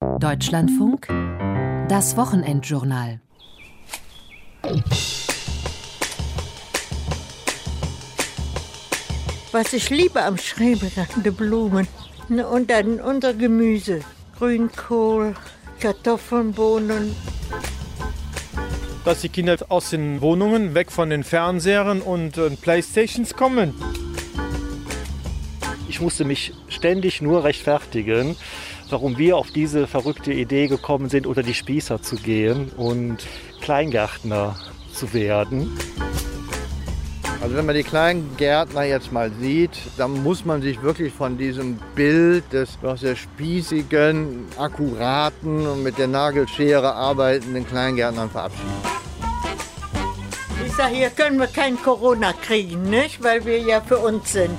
Deutschlandfunk, das Wochenendjournal. Was ich liebe am Schrebergarten, die Blumen. Und dann unser Gemüse. Grünkohl, Kartoffeln, Bohnen. Dass die Kinder aus den Wohnungen, weg von den Fernsehern und Playstations kommen. Ich musste mich ständig nur rechtfertigen, warum wir auf diese verrückte Idee gekommen sind, unter die Spießer zu gehen und Kleingärtner zu werden. Also wenn man die kleinen Gärtner jetzt mal sieht, dann muss man sich wirklich von diesem Bild des doch sehr spießigen, akkuraten und mit der Nagelschere arbeitenden Kleingärtnern verabschieden. Ich sage, hier können wir kein Corona kriegen, nicht? Weil wir ja für uns sind.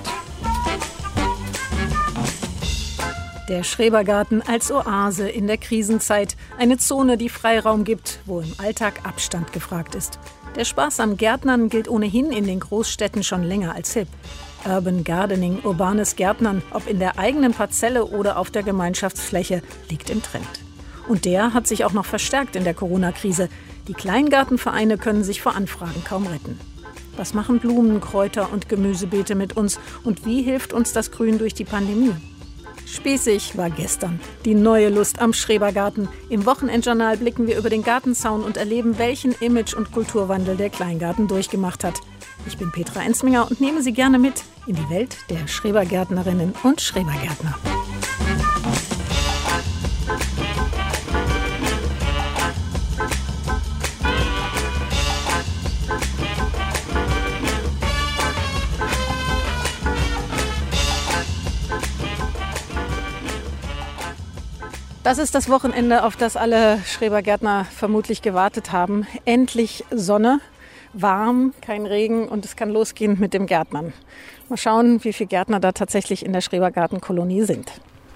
Der Schrebergarten als Oase in der Krisenzeit. Eine Zone, die Freiraum gibt, wo im Alltag Abstand gefragt ist. Der Spaß am Gärtnern gilt ohnehin in den Großstädten schon länger als hip. Urban Gardening, urbanes Gärtnern, ob in der eigenen Parzelle oder auf der Gemeinschaftsfläche, liegt im Trend. Und der hat sich auch noch verstärkt in der Corona-Krise. Die Kleingartenvereine können sich vor Anfragen kaum retten. Was machen Blumen, Kräuter und Gemüsebeete mit uns? Und wie hilft uns das Grün durch die Pandemie? Spießig war gestern die neue Lust am Schrebergarten. Im Wochenendjournal blicken wir über den Gartenzaun und erleben, welchen Image- und Kulturwandel der Kleingarten durchgemacht hat. Ich bin Petra Ensminger und nehme Sie gerne mit in die Welt der Schrebergärtnerinnen und Schrebergärtner. Das ist das Wochenende, auf das alle Schrebergärtner vermutlich gewartet haben. Endlich Sonne, warm, kein Regen und es kann losgehen mit dem Gärtnern. Mal schauen, wie viele Gärtner da tatsächlich in der Schrebergartenkolonie sind.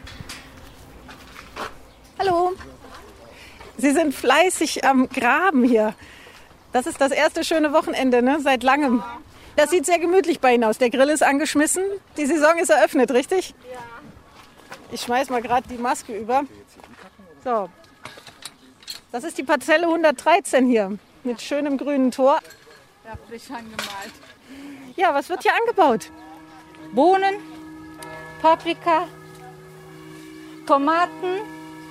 Hallo, Sie sind fleißig am Graben hier. Das ist das erste schöne Wochenende, ne? Seit langem. Das sieht sehr gemütlich bei Ihnen aus. Der Grill ist angeschmissen, die Saison ist eröffnet, richtig? Ja. Ich schmeiß mal gerade die Maske über. So, das ist die Parzelle 113 hier mit schönem grünen Tor. Ja, frisch angemalt. Ja, was wird hier angebaut? Bohnen, Paprika, Tomaten,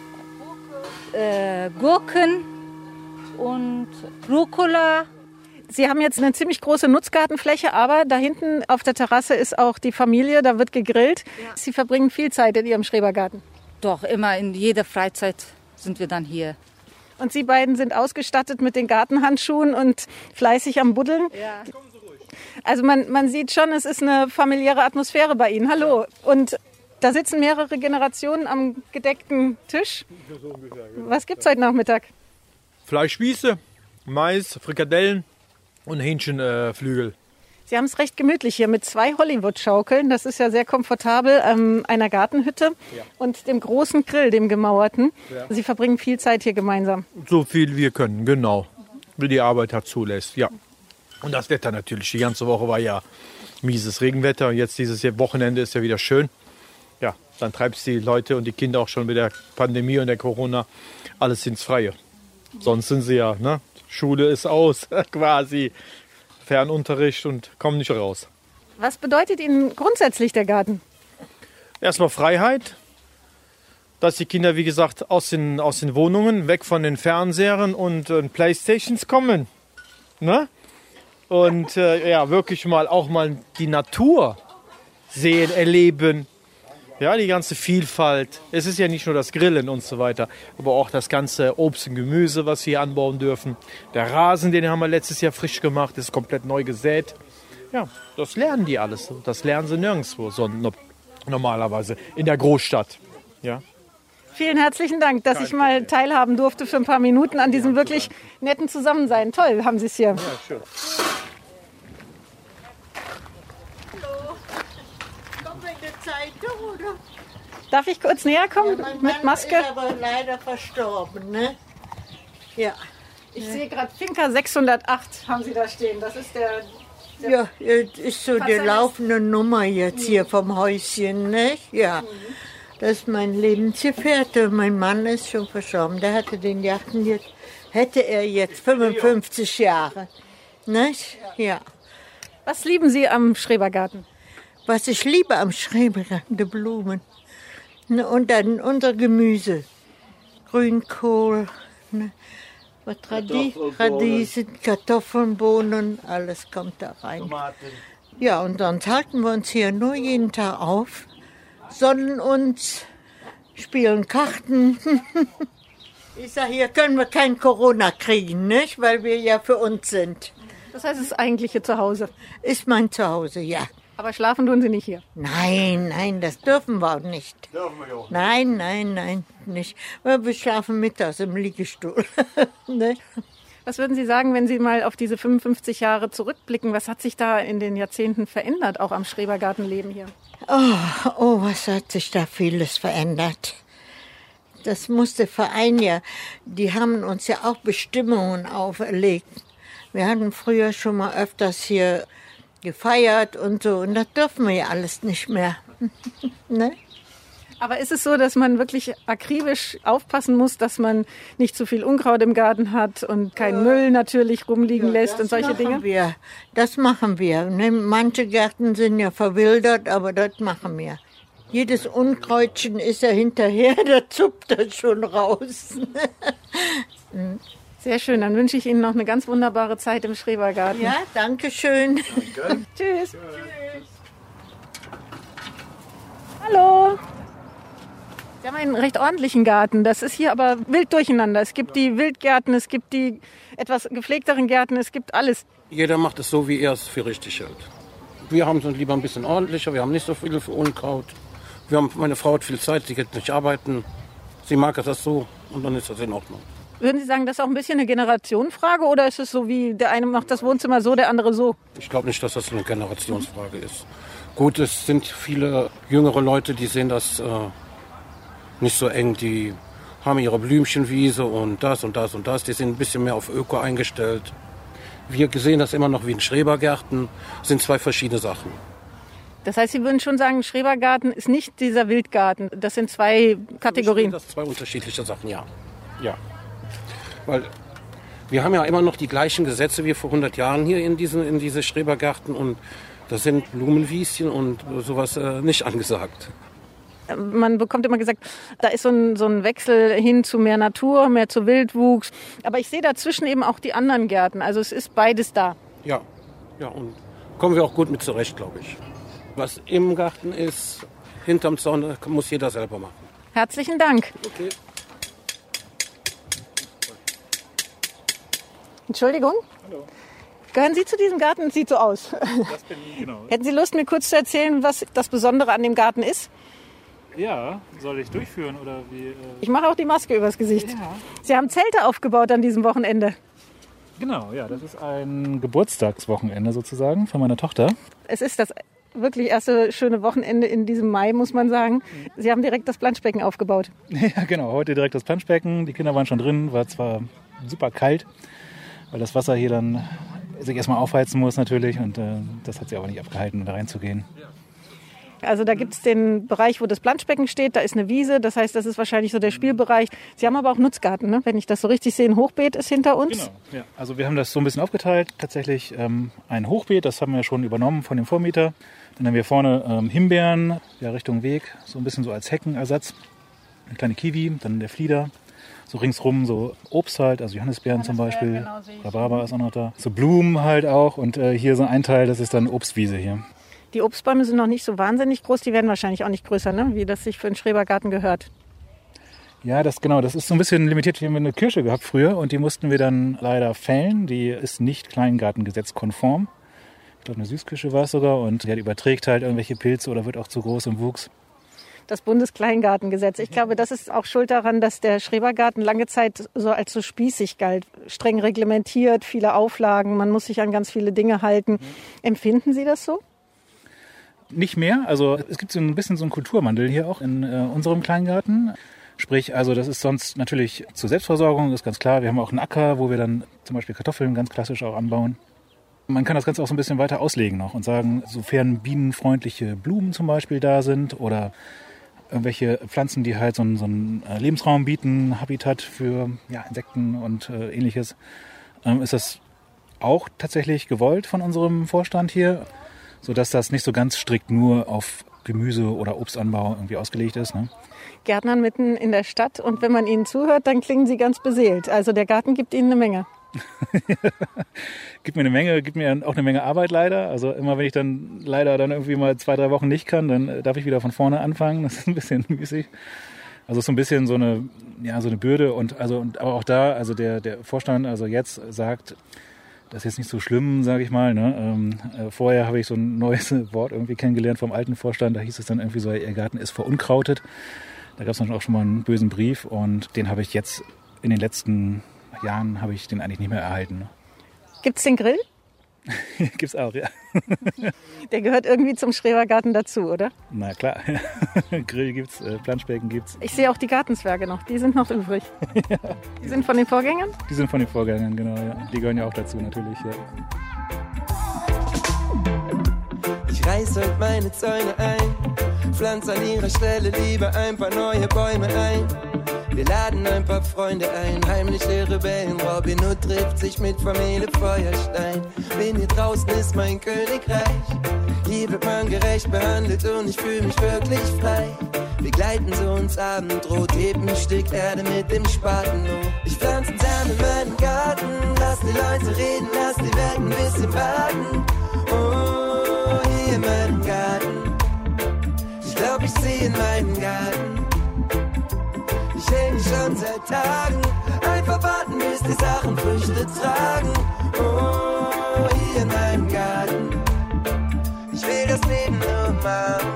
Gurken und Rucola. Sie haben jetzt eine ziemlich große Nutzgartenfläche, aber da hinten auf der Terrasse ist auch die Familie, da wird gegrillt. Ja. Sie verbringen viel Zeit in Ihrem Schrebergarten. Doch, immer in jeder Freizeit sind wir dann hier. Und Sie beiden sind ausgestattet mit den Gartenhandschuhen und fleißig am Buddeln. Ja. Also man sieht schon, es ist eine familiäre Atmosphäre bei Ihnen. Hallo. Und da sitzen mehrere Generationen am gedeckten Tisch. Was gibt's heute Nachmittag? Fleischspieße, Mais, Frikadellen und Hähnchenflügel. Sie haben es recht gemütlich hier mit 2 Hollywood-Schaukeln. Das ist ja sehr komfortabel, einer Gartenhütte und dem großen Grill, dem gemauerten. Ja. Sie verbringen viel Zeit hier gemeinsam. So viel wir können, genau. Wie die Arbeit halt zulässt, ja. Und das Wetter natürlich. Die ganze Woche war ja mieses Regenwetter. Jetzt dieses Wochenende ist ja wieder schön. Ja, dann treibt es die Leute und die Kinder auch schon mit der Pandemie und der Corona alles ins Freie. Sonst sind sie ja, ne? Schule ist aus, quasi. Fernunterricht und kommen nicht raus. Was bedeutet Ihnen grundsätzlich der Garten? Erstmal Freiheit, dass die Kinder, wie gesagt, aus den Wohnungen, weg von den Fernsehern und Playstations kommen. Ne? Und ja, wirklich auch mal die Natur sehen, erleben. Ja, die ganze Vielfalt. Es ist ja nicht nur das Grillen und so weiter, aber auch das ganze Obst und Gemüse, was wir hier anbauen dürfen. Der Rasen, den haben wir letztes Jahr frisch gemacht, ist komplett neu gesät. Ja, das lernen die alles. Das lernen sie nirgendwo, sondern normalerweise in der Großstadt. Ja. Vielen herzlichen Dank, dass ich mal teilhaben durfte für ein paar Minuten an diesem wirklich netten Zusammensein. Toll, haben Sie es hier. Ja, schön. Zeitung, oder? Darf ich kurz näher kommen mit Maske? Ist aber leider verstorben, ne? Ja. Ich sehe gerade Finca 608 haben Sie da stehen. Das ist der ja, ist so die laufende Nummer jetzt hier vom Häuschen, ne? Ja. Das ist mein Lebensgefährte. Mein Mann ist schon verstorben. Der hatte den Garten jetzt, hätte er jetzt 55 Jahre. Nicht? Ja. Was lieben Sie am Schrebergarten? Was ich liebe am Schrebergarten, die Blumen. Und dann unser Gemüse. Grünkohl, Radieschen, Kartoffeln, Bohnen, alles kommt da rein. Tomaten. Ja, und sonst halten wir uns hier nur jeden Tag auf, sonnen uns, spielen Karten. Ich sage, hier können wir kein Corona kriegen, nicht? Weil wir ja für uns sind. Das heißt, es ist eigentlich Ihr Zuhause. Ist mein Zuhause, ja. Aber schlafen tun Sie nicht hier. Nein, das dürfen wir auch nicht. Dürfen wir auch. Nein, nicht. Wir schlafen mittags im Liegestuhl. Ne? Was würden Sie sagen, wenn Sie mal auf diese 55 Jahre zurückblicken? Was hat sich da in den Jahrzehnten verändert, auch am Schrebergartenleben hier? Oh, was hat sich da vieles verändert. Das muss der Verein ja, die haben uns ja auch Bestimmungen auferlegt. Wir hatten früher schon mal öfters hier gefeiert und so, und das dürfen wir ja alles nicht mehr. Ne? Aber ist es so, dass man wirklich akribisch aufpassen muss, dass man nicht zu viel Unkraut im Garten hat und keinen Müll natürlich rumliegen lässt und solche Dinge? Das machen wir. Ne? Manche Gärten sind ja verwildert, aber das machen wir. Jedes Unkräutchen ist ja hinterher, der zupft das schon raus. Sehr schön, dann wünsche ich Ihnen noch eine ganz wunderbare Zeit im Schrebergarten. Ja, danke schön. Danke. Tschüss. Hallo. Sie haben einen recht ordentlichen Garten. Das ist hier aber wild durcheinander. Es gibt die Wildgärten, es gibt die etwas gepflegteren Gärten, es gibt alles. Jeder macht es so, wie er es für richtig hält. Wir haben es lieber ein bisschen ordentlicher, wir haben nicht so viel für Unkraut. Meine Frau hat viel Zeit, sie geht nicht arbeiten. Sie mag das so und dann ist das in Ordnung. Würden Sie sagen, das ist auch ein bisschen eine Generationenfrage oder ist es so wie der eine macht das Wohnzimmer so, der andere so? Ich glaube nicht, dass das eine Generationsfrage ist. Gut, es sind viele jüngere Leute, die sehen das nicht so eng. Die haben ihre Blümchenwiese und das und das und das. Die sind ein bisschen mehr auf Öko eingestellt. Wir sehen das immer noch wie ein Schrebergarten. Das sind zwei verschiedene Sachen. Das heißt, Sie würden schon sagen, Schrebergarten ist nicht dieser Wildgarten. Das sind zwei Kategorien. Das sind zwei unterschiedliche Sachen, ja. Ja. Weil wir haben ja immer noch die gleichen Gesetze wie vor 100 Jahren hier in diese Schrebergärten. Und da sind Blumenwieschen und sowas nicht angesagt. Man bekommt immer gesagt, da ist so ein Wechsel hin zu mehr Natur, mehr zu Wildwuchs. Aber ich sehe dazwischen eben auch die anderen Gärten. Also es ist beides da. Ja, und kommen wir auch gut mit zurecht, glaube ich. Was im Garten ist, hinterm Zaun, muss jeder selber machen. Herzlichen Dank. Okay. Entschuldigung? Hallo. Gehören Sie zu diesem Garten? Sieht so aus. Das bin ich, genau. Hätten Sie Lust, mir kurz zu erzählen, was das Besondere an dem Garten ist? Ja, soll ich durchführen oder wie? Ich mache auch die Maske übers Gesicht. Ja. Sie haben Zelte aufgebaut an diesem Wochenende. Genau, ja, das ist ein Geburtstagswochenende sozusagen von meiner Tochter. Es ist das wirklich erste schöne Wochenende in diesem Mai, muss man sagen. Sie haben direkt das Planschbecken aufgebaut. Ja, genau, heute direkt das Planschbecken. Die Kinder waren schon drin, war zwar super kalt, weil das Wasser hier dann sich erstmal aufheizen muss natürlich und das hat sie aber nicht abgehalten, da reinzugehen. Also da gibt es den Bereich, wo das Planschbecken steht, da ist eine Wiese, das heißt, das ist wahrscheinlich so der Spielbereich. Sie haben aber auch Nutzgarten, ne? Wenn ich das so richtig sehe, ein Hochbeet ist hinter uns. Genau, ja. Also wir haben das so ein bisschen aufgeteilt, tatsächlich ein Hochbeet, das haben wir schon übernommen von dem Vormieter. Dann haben wir vorne Himbeeren, ja, Richtung Weg, so ein bisschen so als Heckenersatz. Eine kleine Kiwi, dann der Flieder. So ringsrum so Obst halt, also Johannisbeeren zum Beispiel, genau, Rhabarber ist auch noch da. So Blumen halt auch und hier so ein Teil, das ist dann Obstwiese hier. Die Obstbäume sind noch nicht so wahnsinnig groß, die werden wahrscheinlich auch nicht größer, ne? Wie das sich für einen Schrebergarten gehört. Ja, das ist so ein bisschen limitiert. Wir haben eine Kirsche gehabt früher und die mussten wir dann leider fällen. Die ist nicht kleingartengesetzkonform. Ich glaube, eine Süßkirsche war es sogar und die überträgt halt irgendwelche Pilze oder wird auch zu groß im Wuchs. Das Bundeskleingartengesetz. Ich glaube, das ist auch schuld daran, dass der Schrebergarten lange Zeit so als so spießig galt. Streng reglementiert, viele Auflagen, man muss sich an ganz viele Dinge halten. Empfinden Sie das so? Nicht mehr. Also es gibt so ein bisschen so einen Kulturwandel hier auch in unserem Kleingarten. Sprich, also das ist sonst natürlich zur Selbstversorgung, ist ganz klar. Wir haben auch einen Acker, wo wir dann zum Beispiel Kartoffeln ganz klassisch auch anbauen. Man kann das Ganze auch so ein bisschen weiter auslegen noch und sagen, sofern bienenfreundliche Blumen zum Beispiel da sind oder irgendwelche Pflanzen, die halt so einen Lebensraum bieten, Habitat für Insekten und Ähnliches, ist das auch tatsächlich gewollt von unserem Vorstand hier, sodass das nicht so ganz strikt nur auf Gemüse- oder Obstanbau irgendwie ausgelegt ist. Ne? Gärtnern mitten in der Stadt und wenn man ihnen zuhört, dann klingen sie ganz beseelt. Also der Garten gibt ihnen eine Menge. Gibt mir eine Menge, gibt mir auch eine Menge Arbeit leider. Also immer wenn ich dann leider irgendwie mal 2-3 Wochen nicht kann, dann darf ich wieder von vorne anfangen. Das ist ein bisschen müßig. Also so ein bisschen so eine Bürde aber auch da, also der Vorstand also jetzt sagt, das ist jetzt nicht so schlimm, sage ich mal. Ne? Vorher habe ich so ein neues Wort irgendwie kennengelernt vom alten Vorstand. Da hieß es dann irgendwie so, ihr Garten ist verunkrautet. Da gab es dann auch schon mal einen bösen Brief und den habe ich jetzt in den letzten Jahren habe ich den eigentlich nicht mehr erhalten. Gibt's den Grill? Gibt's auch, ja. Der gehört irgendwie zum Schrebergarten dazu, oder? Na klar. Grill gibt's, Planschbecken gibt's. Ich sehe auch die Gartenzwerge noch, die sind noch übrig. Ja. Die sind von den Vorgängern? Die sind von den Vorgängern, genau, ja. Die gehören ja auch dazu natürlich, ja. Ich reiß heute meine Zäune ein, pflanz an ihrer Stelle lieber ein paar neue Bäume ein. Wir laden ein paar Freunde ein, heimliche Rebellen. Robin Hood trifft sich mit Familie Feuerstein. Bin hier draußen ist mein Königreich. Hier wird man gerecht behandelt und ich fühle mich wirklich frei. Wir gleiten so ins Abendrot, heben ein Stück Erde mit dem Spaten hoch. Ich pflanze Samen in meinem Garten, lass die Leute reden, lass die Welt ein bisschen baden. Oh, hier in meinem Garten. Ich glaub, ich seh in meinen Garten. Ich hänge schon seit Tagen, einfach warten, bis die Sachen Früchte tragen. Oh, hier in meinem Garten, ich will das Leben nur machen.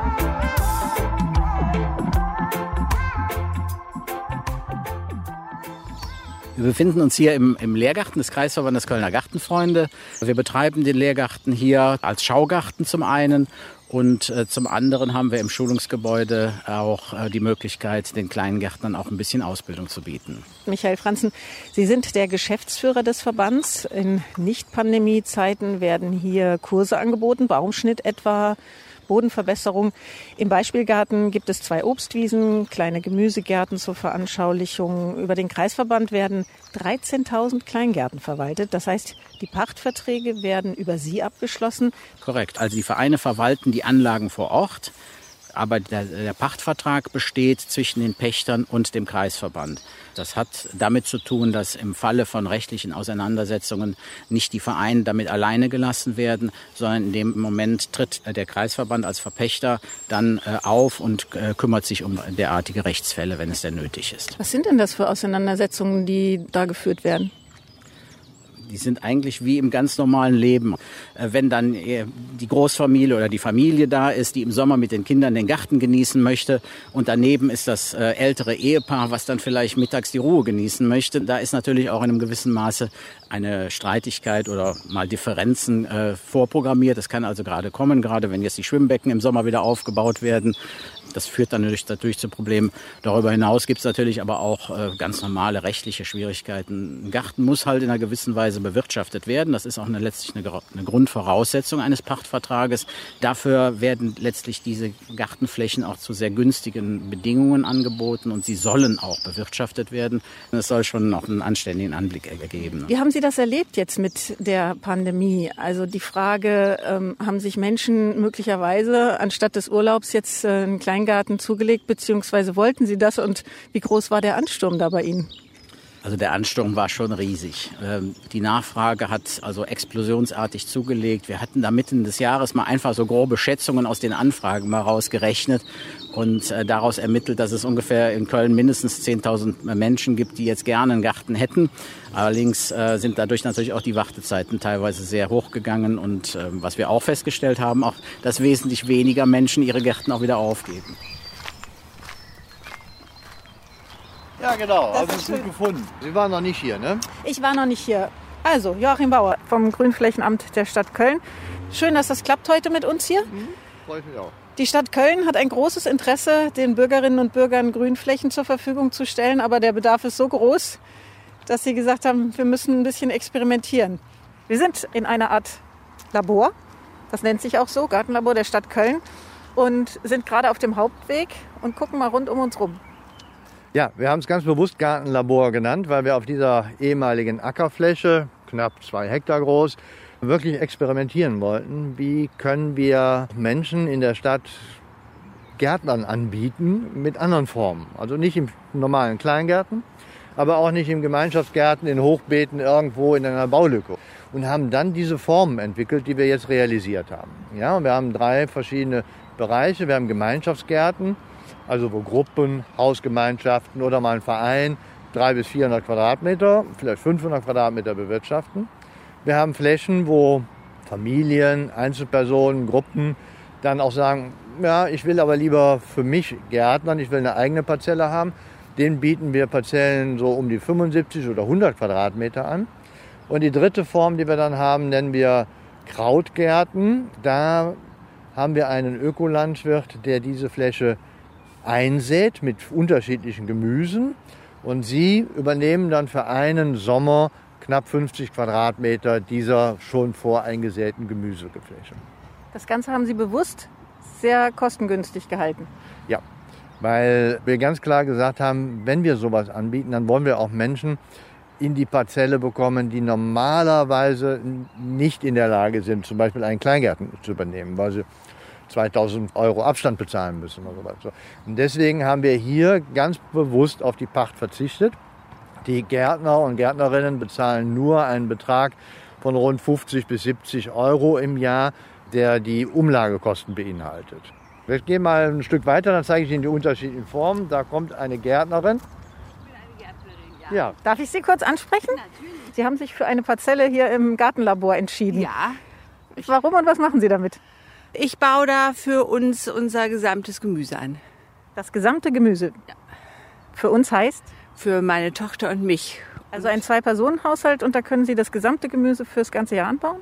Wir befinden uns hier im Lehrgarten des Kreisverbandes Kölner Gartenfreunde. Wir betreiben den Lehrgarten hier als Schaugarten zum einen. Und zum anderen haben wir im Schulungsgebäude auch die Möglichkeit, den kleinen Gärtnern auch ein bisschen Ausbildung zu bieten. Michael Franzen, Sie sind der Geschäftsführer des Verbands. In Nicht-Pandemie-Zeiten werden hier Kurse angeboten, Baumschnitt etwa, Bodenverbesserung. Im Beispielgarten gibt es 2 Obstwiesen, kleine Gemüsegärten zur Veranschaulichung. Über den Kreisverband werden 13.000 Kleingärten verwaltet. Das heißt, die Pachtverträge werden über Sie abgeschlossen. Korrekt. Also die Vereine verwalten die Anlagen vor Ort. Aber der Pachtvertrag besteht zwischen den Pächtern und dem Kreisverband. Das hat damit zu tun, dass im Falle von rechtlichen Auseinandersetzungen nicht die Vereine damit alleine gelassen werden, sondern in dem Moment tritt der Kreisverband als Verpächter dann auf und kümmert sich um derartige Rechtsfälle, wenn es denn nötig ist. Was sind denn das für Auseinandersetzungen, die da geführt werden? Die sind eigentlich wie im ganz normalen Leben. Wenn dann die Großfamilie oder die Familie da ist, die im Sommer mit den Kindern den Garten genießen möchte und daneben ist das ältere Ehepaar, was dann vielleicht mittags die Ruhe genießen möchte, da ist natürlich auch in einem gewissen Maße eine Streitigkeit oder mal Differenzen vorprogrammiert. Das kann also gerade kommen, gerade wenn jetzt die Schwimmbecken im Sommer wieder aufgebaut werden. Das führt dann natürlich zu Problemen. Darüber hinaus gibt es natürlich aber auch ganz normale rechtliche Schwierigkeiten. Ein Garten muss halt in einer gewissen Weise bewirtschaftet werden. Das ist auch letztlich eine Grundvoraussetzung eines Pachtvertrages. Dafür werden letztlich diese Gartenflächen auch zu sehr günstigen Bedingungen angeboten und sie sollen auch bewirtschaftet werden. Es soll schon auch einen anständigen Anblick ergeben. Wie haben Sie das erlebt jetzt mit der Pandemie? Also die Frage, haben sich Menschen möglicherweise anstatt des Urlaubs jetzt einen Kleingarten zugelegt, beziehungsweise wollten Sie das und wie groß war der Ansturm da bei Ihnen? Also der Ansturm war schon riesig. Die Nachfrage hat also explosionsartig zugelegt. Wir hatten da mitten des Jahres mal einfach so grobe Schätzungen aus den Anfragen mal rausgerechnet und daraus ermittelt, dass es ungefähr in Köln mindestens 10.000 Menschen gibt, die jetzt gerne einen Garten hätten. Allerdings sind dadurch natürlich auch die Wartezeiten teilweise sehr hochgegangen und was wir auch festgestellt haben, auch, dass wesentlich weniger Menschen ihre Gärten auch wieder aufgeben. Ja, genau, haben Sie es gut gefunden. Sie waren noch nicht hier, ne? Ich war noch nicht hier. Also, Joachim Bauer vom Grünflächenamt der Stadt Köln. Schön, dass das klappt heute mit uns hier. Freue ich mich auch. Die Stadt Köln hat ein großes Interesse, den Bürgerinnen und Bürgern Grünflächen zur Verfügung zu stellen. Aber der Bedarf ist so groß, dass sie gesagt haben, wir müssen ein bisschen experimentieren. Wir sind in einer Art Labor, das nennt sich auch so, Gartenlabor der Stadt Köln. Und sind gerade auf dem Hauptweg und gucken mal rund um uns rum. Ja, wir haben es ganz bewusst Gartenlabor genannt, weil wir auf dieser ehemaligen Ackerfläche, knapp 2 Hektar groß, wirklich experimentieren wollten. Wie können wir Menschen in der Stadt Gärtnern anbieten mit anderen Formen? Also nicht im normalen Kleingärten, aber auch nicht im Gemeinschaftsgärten, in Hochbeeten irgendwo in einer Baulücke. Und haben dann diese Formen entwickelt, die wir jetzt realisiert haben. Ja, und wir haben 3 verschiedene Bereiche. Wir haben Gemeinschaftsgärten, also wo Gruppen, Hausgemeinschaften oder mal ein Verein 300 bis 400 Quadratmeter, vielleicht 500 Quadratmeter bewirtschaften. Wir haben Flächen, wo Familien, Einzelpersonen, Gruppen dann auch sagen, ja, ich will aber lieber für mich gärtnern, ich will eine eigene Parzelle haben. Den bieten wir Parzellen so um die 75 oder 100 Quadratmeter an. Und die dritte Form, die wir dann haben, nennen wir Krautgärten. Da haben wir einen Ökolandwirt, der diese Fläche einsät mit unterschiedlichen Gemüsen. Und sie übernehmen dann für einen Sommer knapp 50 Quadratmeter dieser schon voreingesäten Gemüsefläche. Das Ganze haben Sie bewusst sehr kostengünstig gehalten. Ja, weil wir ganz klar gesagt haben, wenn wir sowas anbieten, dann wollen wir auch Menschen in die Parzelle bekommen, die normalerweise nicht in der Lage sind, zum Beispiel einen Kleingarten zu übernehmen, weil sie 2.000 € Abstand bezahlen müssen oder so. Und deswegen haben wir hier ganz bewusst auf die Pacht verzichtet. Die Gärtner und Gärtnerinnen bezahlen nur einen Betrag von rund 50 bis 70 € im Jahr, der die Umlagekosten beinhaltet. Wir gehen mal ein Stück weiter, dann zeige ich Ihnen die unterschiedlichen Formen. Da kommt eine Gärtnerin. Ich bin eine Gärtnerin, ja. Darf ich Sie kurz ansprechen? Natürlich. Sie haben sich für eine Parzelle hier im Gartenlabor entschieden. Ja. Warum und was machen Sie damit? Ich baue da für uns unser gesamtes Gemüse an. Das gesamte Gemüse? Ja. Für uns heißt? Für meine Tochter und mich. Also ein 2-Personen-Haushalt und da können Sie das gesamte Gemüse fürs ganze Jahr anbauen?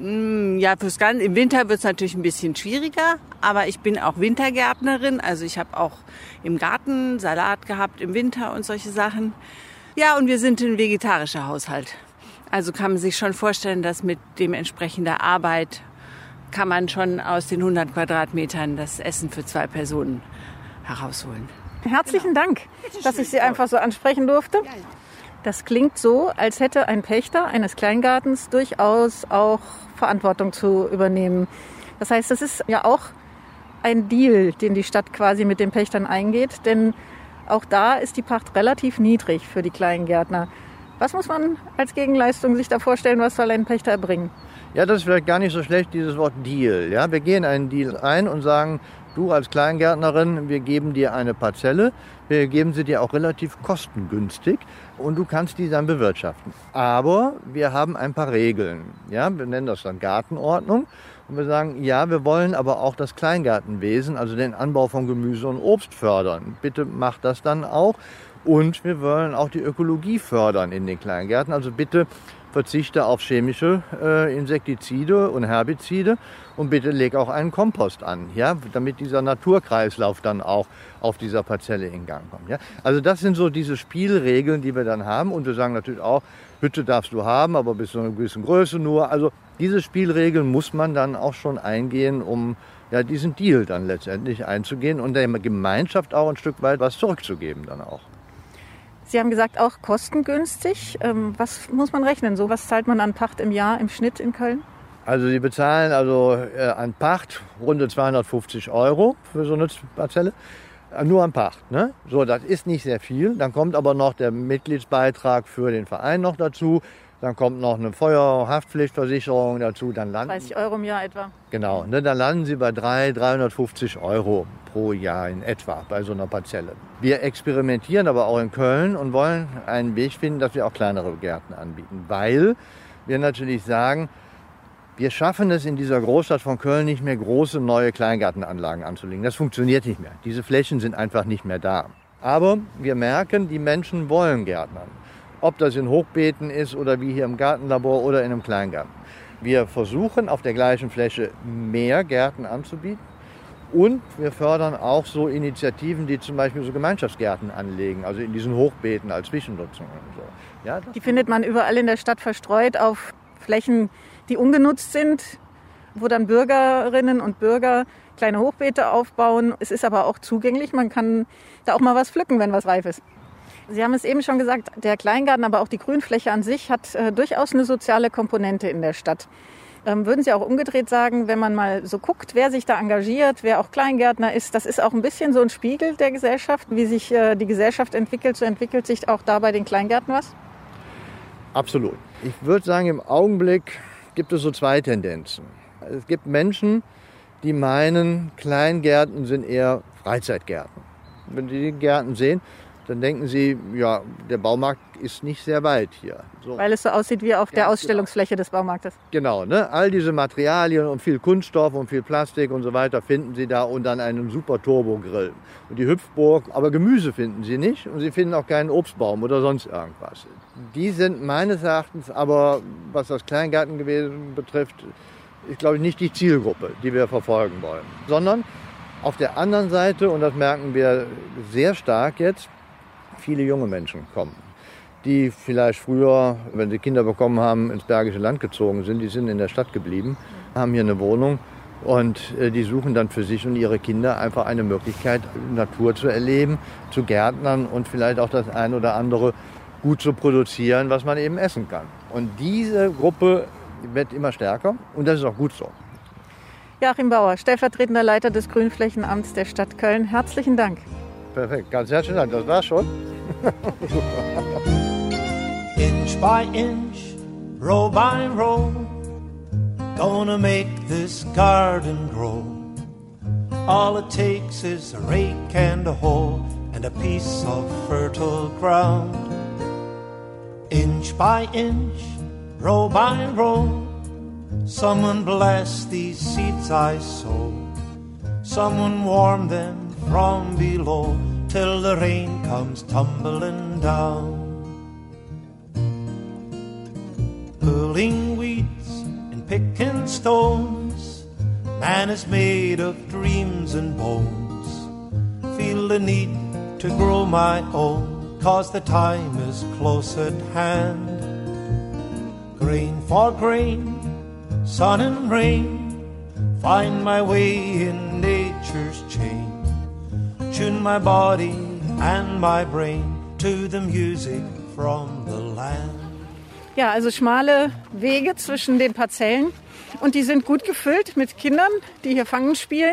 Ja, im Winter wird es natürlich ein bisschen schwieriger, aber ich bin auch Wintergärtnerin. Also ich habe auch im Garten Salat gehabt im Winter und solche Sachen. Ja, und wir sind ein vegetarischer Haushalt. Also kann man sich schon vorstellen, dass mit dementsprechender Arbeit kann man schon aus den 100 Quadratmetern das Essen für 2 Personen herausholen. Herzlichen Dank, dass ich Sie einfach so ansprechen durfte. Das klingt so, als hätte ein Pächter eines Kleingartens durchaus auch Verantwortung zu übernehmen. Das heißt, das ist ja auch ein Deal, den die Stadt quasi mit den Pächtern eingeht, denn auch da ist die Pacht relativ niedrig für die Kleingärtner. Was muss man als Gegenleistung sich da vorstellen, was soll ein Pächter erbringen? Ja, das ist vielleicht gar nicht so schlecht, dieses Wort Deal. Ja, wir gehen einen Deal ein und sagen, du als Kleingärtnerin, wir geben dir eine Parzelle, wir geben sie dir auch relativ kostengünstig und du kannst die dann bewirtschaften. Aber wir haben ein paar Regeln. Ja, wir nennen das dann Gartenordnung und wir sagen, ja, wir wollen aber auch das Kleingartenwesen, also den Anbau von Gemüse und Obst fördern. Bitte macht das dann auch. Und wir wollen auch die Ökologie fördern in den Kleingärten. Also bitte verzichte auf chemische Insektizide und Herbizide und bitte leg auch einen Kompost an, ja, damit dieser Naturkreislauf dann auch auf dieser Parzelle in Gang kommt. Ja. Also das sind so diese Spielregeln, die wir dann haben und wir sagen natürlich auch, Hütte darfst du haben, aber bis zu einer gewissen Größe nur. Also diese Spielregeln muss man dann auch schon eingehen, um ja, diesen Deal dann letztendlich einzugehen und der Gemeinschaft auch ein Stück weit was zurückzugeben dann auch. Sie haben gesagt, auch kostengünstig. Was muss man rechnen? So, was zahlt man an Pacht im Jahr im Schnitt in Köln? Also Sie bezahlen an Pacht rund 250 € für so eine Parzelle. Nur an Pacht. Ne? So, das ist nicht sehr viel. Dann kommt aber noch der Mitgliedsbeitrag für den Verein noch dazu. Dann kommt noch eine Feuerhaftpflichtversicherung dazu. Dann 30 € im Jahr etwa. Genau, ne, dann landen Sie bei 350 € pro Jahr in etwa bei so einer Parzelle. Wir experimentieren aber auch in Köln und wollen einen Weg finden, dass wir auch kleinere Gärten anbieten. Weil wir natürlich sagen, wir schaffen es in dieser Großstadt von Köln nicht mehr, große neue Kleingartenanlagen anzulegen. Das funktioniert nicht mehr. Diese Flächen sind einfach nicht mehr da. Aber wir merken, die Menschen wollen Gärtnern. Ob das in Hochbeeten ist oder wie hier im Gartenlabor oder in einem Kleingarten. Wir versuchen auf der gleichen Fläche mehr Gärten anzubieten und wir fördern auch so Initiativen, die zum Beispiel so Gemeinschaftsgärten anlegen, also in diesen Hochbeeten als Zwischennutzung und so. Ja, die findet man überall in der Stadt verstreut auf Flächen, die ungenutzt sind, wo dann Bürgerinnen und Bürger kleine Hochbeete aufbauen. Es ist aber auch zugänglich, man kann da auch mal was pflücken, wenn was reif ist. Sie haben es eben schon gesagt, der Kleingarten, aber auch die Grünfläche an sich hat durchaus eine soziale Komponente in der Stadt. Würden Sie auch umgedreht sagen, wenn man mal so guckt, wer sich da engagiert, wer auch Kleingärtner ist, das ist auch ein bisschen so ein Spiegel der Gesellschaft, wie sich die Gesellschaft entwickelt, so entwickelt sich auch da bei den Kleingärten was? Absolut. Ich würde sagen, im Augenblick gibt es so zwei Tendenzen. Es gibt Menschen, die meinen, Kleingärten sind eher Freizeitgärten. Wenn Sie die Gärten sehen, dann denken Sie, ja, der Baumarkt ist nicht sehr weit hier. So. Weil es so aussieht wie auf der Ausstellungsfläche des Baumarktes. Genau, ne? All diese Materialien und viel Kunststoff und viel Plastik und so weiter finden Sie da und dann einen super Turbo-Grill. Und die Hüpfburg, aber Gemüse finden Sie nicht und Sie finden auch keinen Obstbaum oder sonst irgendwas. Die sind meines Erachtens aber, was das Kleingartengewesen betrifft, ist, glaube ich, nicht die Zielgruppe, die wir verfolgen wollen. Sondern auf der anderen Seite, und das merken wir sehr stark jetzt, viele junge Menschen kommen, die vielleicht früher, wenn sie Kinder bekommen haben, ins Bergische Land gezogen sind. Die sind in der Stadt geblieben, haben hier eine Wohnung und die suchen dann für sich und ihre Kinder einfach eine Möglichkeit, Natur zu erleben, zu gärtnern und vielleicht auch das ein oder andere gut zu produzieren, was man eben essen kann. Und diese Gruppe wird immer stärker und das ist auch gut so. Joachim Bauer, stellvertretender Leiter des Grünflächenamts der Stadt Köln. Herzlichen Dank. Perfekt, ganz herzlichen Dank, das war's schon. Inch by inch, row by row, gonna make this garden grow. All it takes is a rake and a hoe and a piece of fertile ground. Inch by inch, row by row, someone bless these seeds I sow. Someone warm them from below till the rain comes tumbling down. Pulling weeds and picking stones, man is made of dreams and bones. Feel the need to grow my own, 'cause the time is close at hand. Grain for grain, sun and rain, find my way in nature's chain. Tune my body and my brain to the music from the land. Ja, also schmale Wege zwischen den Parzellen und die sind gut gefüllt mit Kindern, die hier Fangen spielen.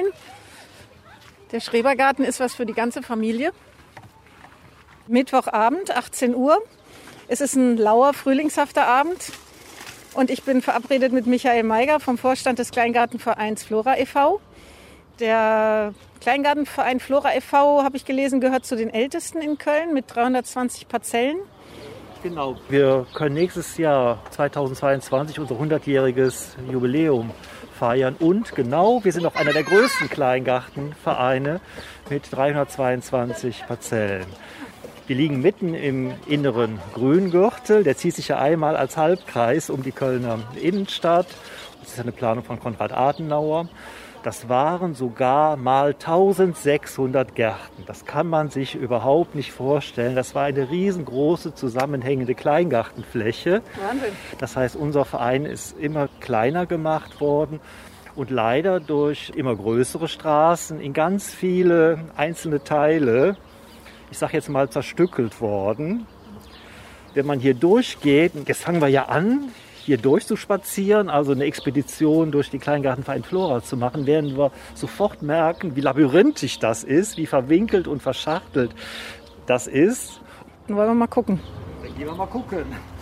Der Schrebergarten ist was für die ganze Familie. Mittwochabend, 18 Uhr. Es ist ein lauer, frühlingshafter Abend und ich bin verabredet mit Michael Meiger vom Vorstand des Kleingartenvereins Flora e.V. Der Kleingartenverein Flora e.V., habe ich gelesen, gehört zu den ältesten in Köln mit 320 Parzellen. Genau, wir können nächstes Jahr 2022 unser 100-jähriges Jubiläum feiern und genau, wir sind auch einer der größten Kleingartenvereine mit 322 Parzellen. Wir liegen mitten im inneren Grüngürtel, der zieht sich ja einmal als Halbkreis um die Kölner Innenstadt. Das ist eine Planung von Konrad Adenauer. Das waren sogar mal 1600 Gärten. Das kann man sich überhaupt nicht vorstellen. Das war eine riesengroße zusammenhängende Kleingartenfläche. Wahnsinn. Das heißt, unser Verein ist immer kleiner gemacht worden und leider durch immer größere Straßen in ganz viele einzelne Teile, ich sage jetzt mal, zerstückelt worden. Wenn man hier durchgeht, jetzt fangen wir ja an, hier durchzuspazieren, also eine Expedition durch die Kleingartenverein Flora zu machen, werden wir sofort merken, wie labyrinthisch das ist, wie verwinkelt und verschachtelt das ist. Dann wollen wir mal gucken. Dann gehen wir mal gucken.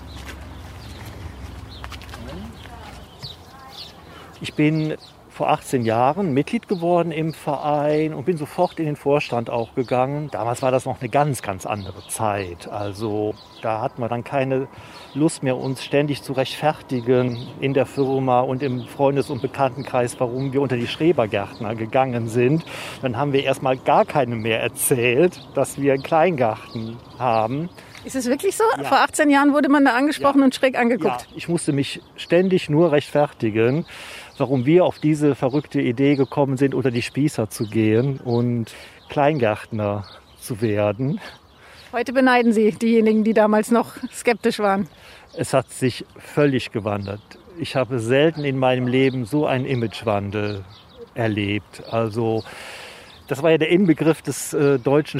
Ich bin vor 18 Jahren Mitglied geworden im Verein und bin sofort in den Vorstand auch gegangen. Damals war das noch eine ganz, ganz andere Zeit. Also da hatten wir dann keine Lust mehr, uns ständig zu rechtfertigen in der Firma und im Freundes- und Bekanntenkreis, warum wir unter die Schrebergärtner gegangen sind. Dann haben wir erstmal gar keinem mehr erzählt, dass wir einen Kleingarten haben. Ist es wirklich so? Ja. Vor 18 Jahren wurde man da angesprochen und schräg angeguckt. Ja, ich musste mich ständig nur rechtfertigen, warum wir auf diese verrückte Idee gekommen sind, unter die Spießer zu gehen und Kleingärtner zu werden. Heute beneiden Sie diejenigen, die damals noch skeptisch waren. Es hat sich völlig gewandelt. Ich habe selten in meinem Leben so einen Imagewandel erlebt. Also das war ja der Inbegriff des deutschen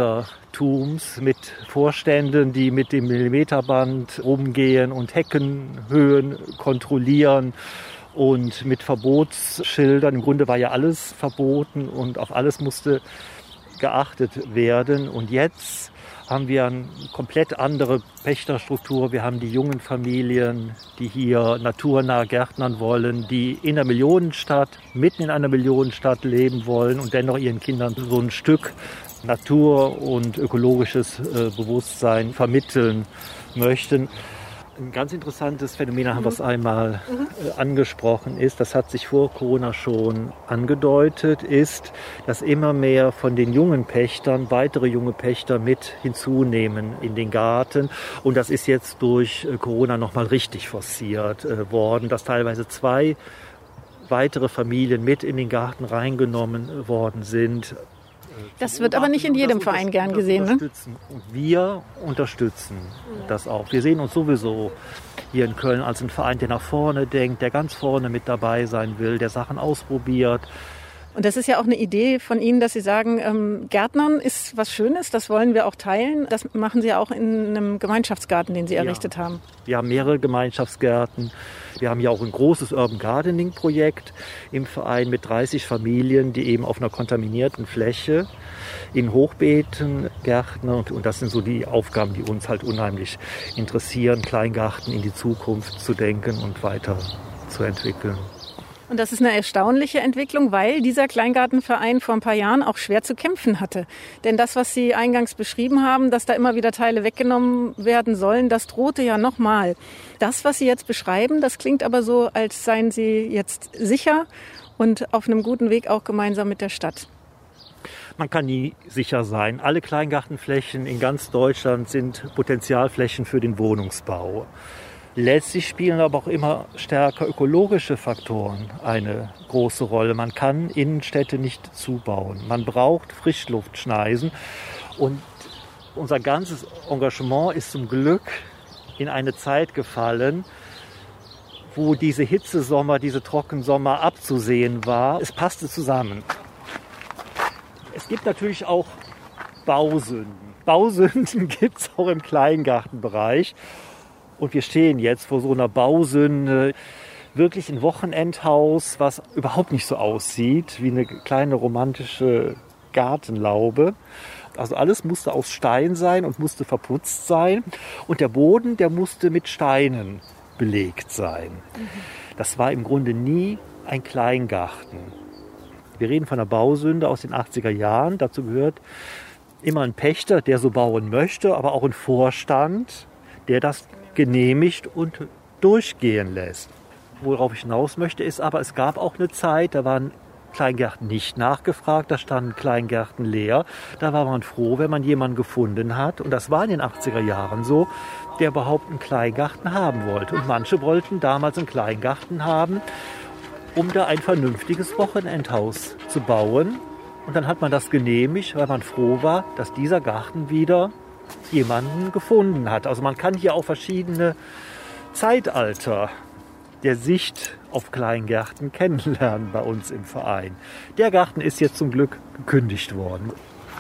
Spießertums mit Vorständen, die mit dem Millimeterband rumgehen und Heckenhöhen kontrollieren und mit Verbotsschildern. Im Grunde war ja alles verboten und auf alles musste geachtet werden. Und jetzt haben wir eine komplett andere Pächterstruktur. Wir haben die jungen Familien, die hier naturnah gärtnern wollen, die in einer Millionenstadt, mitten in einer Millionenstadt leben wollen und dennoch ihren Kindern so ein Stück Natur und ökologisches Bewusstsein vermitteln möchten. Ein ganz interessantes Phänomen, haben wir es einmal angesprochen, ist, das hat sich vor Corona schon angedeutet, ist, dass immer mehr von den jungen Pächtern weitere junge Pächter mit hinzunehmen in den Garten. Und das ist jetzt durch Corona nochmal richtig forciert worden, dass teilweise 2 weitere Familien mit in den Garten reingenommen worden sind. Das wird aber nicht in jedem Verein gern gesehen, ne? Und wir unterstützen das auch. Wir sehen uns sowieso hier in Köln als ein Verein, der nach vorne denkt, der ganz vorne mit dabei sein will, der Sachen ausprobiert. Und das ist ja auch eine Idee von Ihnen, dass Sie sagen, Gärtnern ist was Schönes, das wollen wir auch teilen. Das machen Sie auch in einem Gemeinschaftsgarten, den Sie errichtet haben. Wir haben mehrere Gemeinschaftsgärten. Wir haben ja auch ein großes Urban Gardening Projekt im Verein mit 30 Familien, die eben auf einer kontaminierten Fläche in Hochbeeten gärtnern. Und das sind so die Aufgaben, die uns halt unheimlich interessieren, Kleingarten in die Zukunft zu denken und weiter zu entwickeln. Und das ist eine erstaunliche Entwicklung, weil dieser Kleingartenverein vor ein paar Jahren auch schwer zu kämpfen hatte. Denn das, was Sie eingangs beschrieben haben, dass da immer wieder Teile weggenommen werden sollen, das drohte ja nochmal. Das, was Sie jetzt beschreiben, das klingt aber so, als seien Sie jetzt sicher und auf einem guten Weg auch gemeinsam mit der Stadt. Man kann nie sicher sein. Alle Kleingartenflächen in ganz Deutschland sind Potenzialflächen für den Wohnungsbau. Letztlich spielen aber auch immer stärker ökologische Faktoren eine große Rolle. Man kann Innenstädte nicht zubauen. Man braucht Frischluftschneisen. Und unser ganzes Engagement ist zum Glück in eine Zeit gefallen, wo diese Hitzesommer, diese Trockensommer abzusehen war. Es passte zusammen. Es gibt natürlich auch Bausünden. Bausünden gibt es auch im Kleingartenbereich. Und wir stehen jetzt vor so einer Bausünde, wirklich ein Wochenendhaus, was überhaupt nicht so aussieht wie eine kleine romantische Gartenlaube. Also alles musste aus Stein sein und musste verputzt sein. Und der Boden, der musste mit Steinen belegt sein. Das war im Grunde nie ein Kleingarten. Wir reden von einer Bausünde aus den 80er Jahren. Dazu gehört immer ein Pächter, der so bauen möchte, aber auch ein Vorstand, der das genehmigt und durchgehen lässt. Worauf ich hinaus möchte, ist aber, es gab auch eine Zeit, da waren Kleingärten nicht nachgefragt, da standen Kleingärten leer. Da war man froh, wenn man jemanden gefunden hat. Und das war in den 80er Jahren so, der überhaupt einen Kleingarten haben wollte. Und manche wollten damals einen Kleingarten haben, um da ein vernünftiges Wochenendhaus zu bauen. Und dann hat man das genehmigt, weil man froh war, dass dieser Garten wieder jemanden gefunden hat. Also man kann hier auch verschiedene Zeitalter der Sicht auf Kleingärten kennenlernen bei uns im Verein. Der Garten ist jetzt zum Glück gekündigt worden.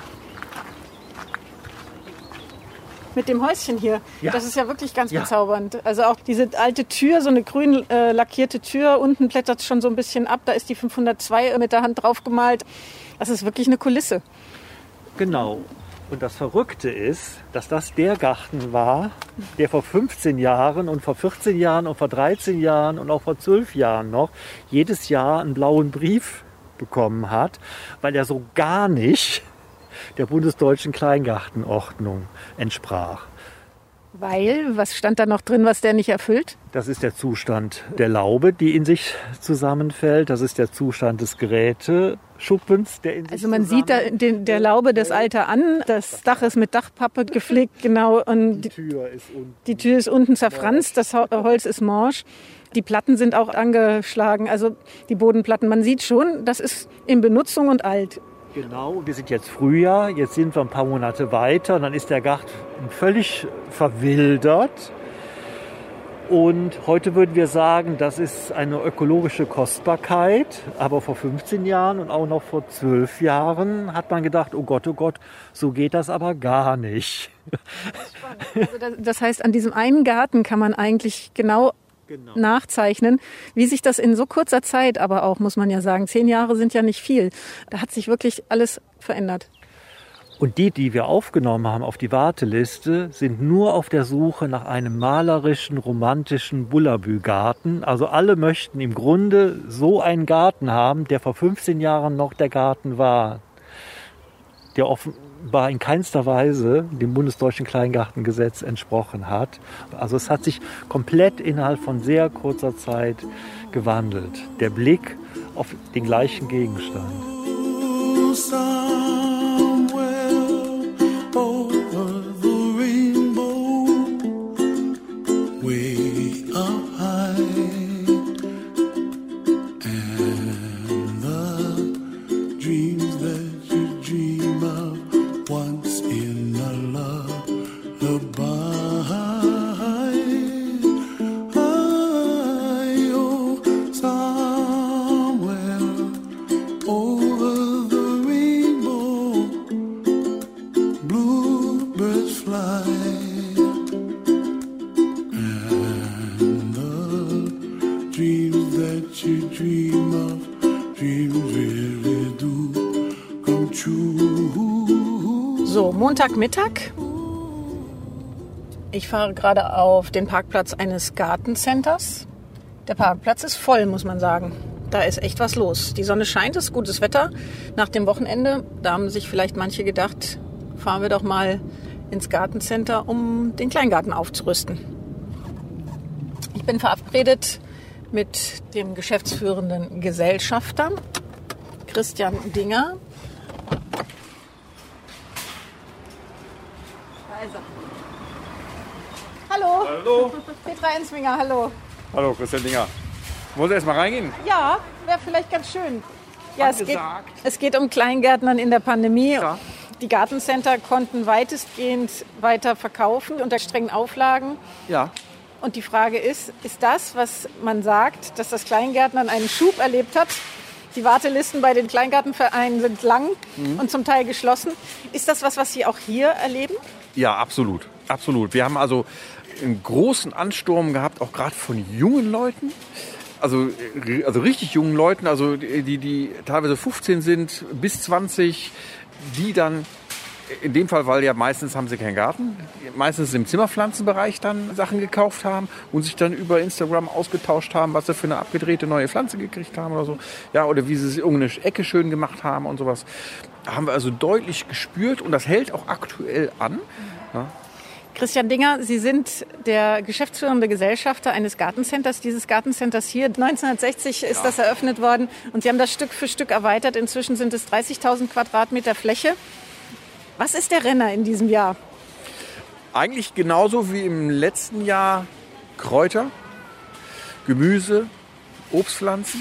Mit dem Häuschen hier, ja. Das ist ja wirklich ganz bezaubernd. Also auch diese alte Tür, so eine grün lackierte Tür, unten blättert es schon so ein bisschen ab, da ist die 502 mit der Hand drauf gemalt. Das ist wirklich eine Kulisse. Genau. Und das Verrückte ist, dass das der Garten war, der vor 15 Jahren und vor 14 Jahren und vor 13 Jahren und auch vor 12 Jahren noch jedes Jahr einen blauen Brief bekommen hat, weil er so gar nicht der bundesdeutschen Kleingartenordnung entsprach. Weil, was stand da noch drin, was der nicht erfüllt? Das ist der Zustand der Laube, die in sich zusammenfällt. Das ist der Zustand des Geräteschuppens, der in sich Also man sieht da der Laube das Alter an. Das Dach ist mit Dachpappe gepflegt, genau. Und die Tür ist unten zerfranst, das Holz ist morsch. Die Platten sind auch angeschlagen, also die Bodenplatten. Man sieht schon, das ist in Benutzung und alt. Genau, wir sind jetzt Frühjahr, jetzt sind wir ein paar Monate weiter und dann ist der Garten völlig verwildert. Und heute würden wir sagen, das ist eine ökologische Kostbarkeit. Aber vor 15 Jahren und auch noch vor 12 Jahren hat man gedacht, oh Gott, so geht das aber gar nicht. Also das heißt, an diesem einen Garten kann man eigentlich genau nachzeichnen, wie sich das in so kurzer Zeit, aber auch, muss man ja sagen, 10 Jahre sind ja nicht viel. Da hat sich wirklich alles verändert. Und die wir aufgenommen haben auf die Warteliste, sind nur auf der Suche nach einem malerischen, romantischen Bullabü-Garten. Also alle möchten im Grunde so einen Garten haben, der vor 15 Jahren noch der Garten war, der offenbar in keinster Weise dem bundesdeutschen Kleingartengesetz entsprochen hat. Also es hat sich komplett innerhalb von sehr kurzer Zeit gewandelt. Der Blick auf den gleichen Gegenstand. So, Montagmittag. Ich fahre gerade auf den Parkplatz eines Gartencenters. Der Parkplatz ist voll, muss man sagen. Da ist echt was los. Die Sonne scheint, es ist gutes Wetter. Nach dem Wochenende, da haben sich vielleicht manche gedacht, fahren wir doch mal ins Gartencenter, um den Kleingarten aufzurüsten. Ich bin verabredet mit dem geschäftsführenden Gesellschafter, Christian Dinger. Also. Hallo. Hallo. Petra Ensminger, hallo. Hallo, Christian Dinger. Wollen Sie erst mal reingehen? Ja, wäre vielleicht ganz schön. Ja, es geht um Kleingärtnern in der Pandemie. Ja. Die Gartencenter konnten weitestgehend weiter verkaufen unter strengen Auflagen. Ja. Und die Frage ist das, was man sagt, dass das Kleingärtnern einen Schub erlebt hat? Die Wartelisten bei den Kleingartenvereinen sind lang und zum Teil geschlossen. Ist das was Sie auch hier erleben? Ja, absolut. Absolut. Wir haben also einen großen Ansturm gehabt, auch gerade von jungen Leuten. Also richtig jungen Leuten, also die teilweise 15 sind bis 20, die dann in dem Fall, weil ja meistens haben sie keinen Garten, meistens im Zimmerpflanzenbereich dann Sachen gekauft haben und sich dann über Instagram ausgetauscht haben, was sie für eine abgedrehte neue Pflanze gekriegt haben oder so. Ja, oder wie sie irgendeine Ecke schön gemacht haben und sowas. Haben wir also deutlich gespürt und das hält auch aktuell an. Ja. Christian Dinger, Sie sind der geschäftsführende Gesellschafter eines Gartencenters. Dieses Gartencenters hier, 1960 ist das eröffnet worden und Sie haben das Stück für Stück erweitert. Inzwischen sind es 30.000 Quadratmeter Fläche. Was ist der Renner in diesem Jahr? Eigentlich genauso wie im letzten Jahr Kräuter, Gemüse, Obstpflanzen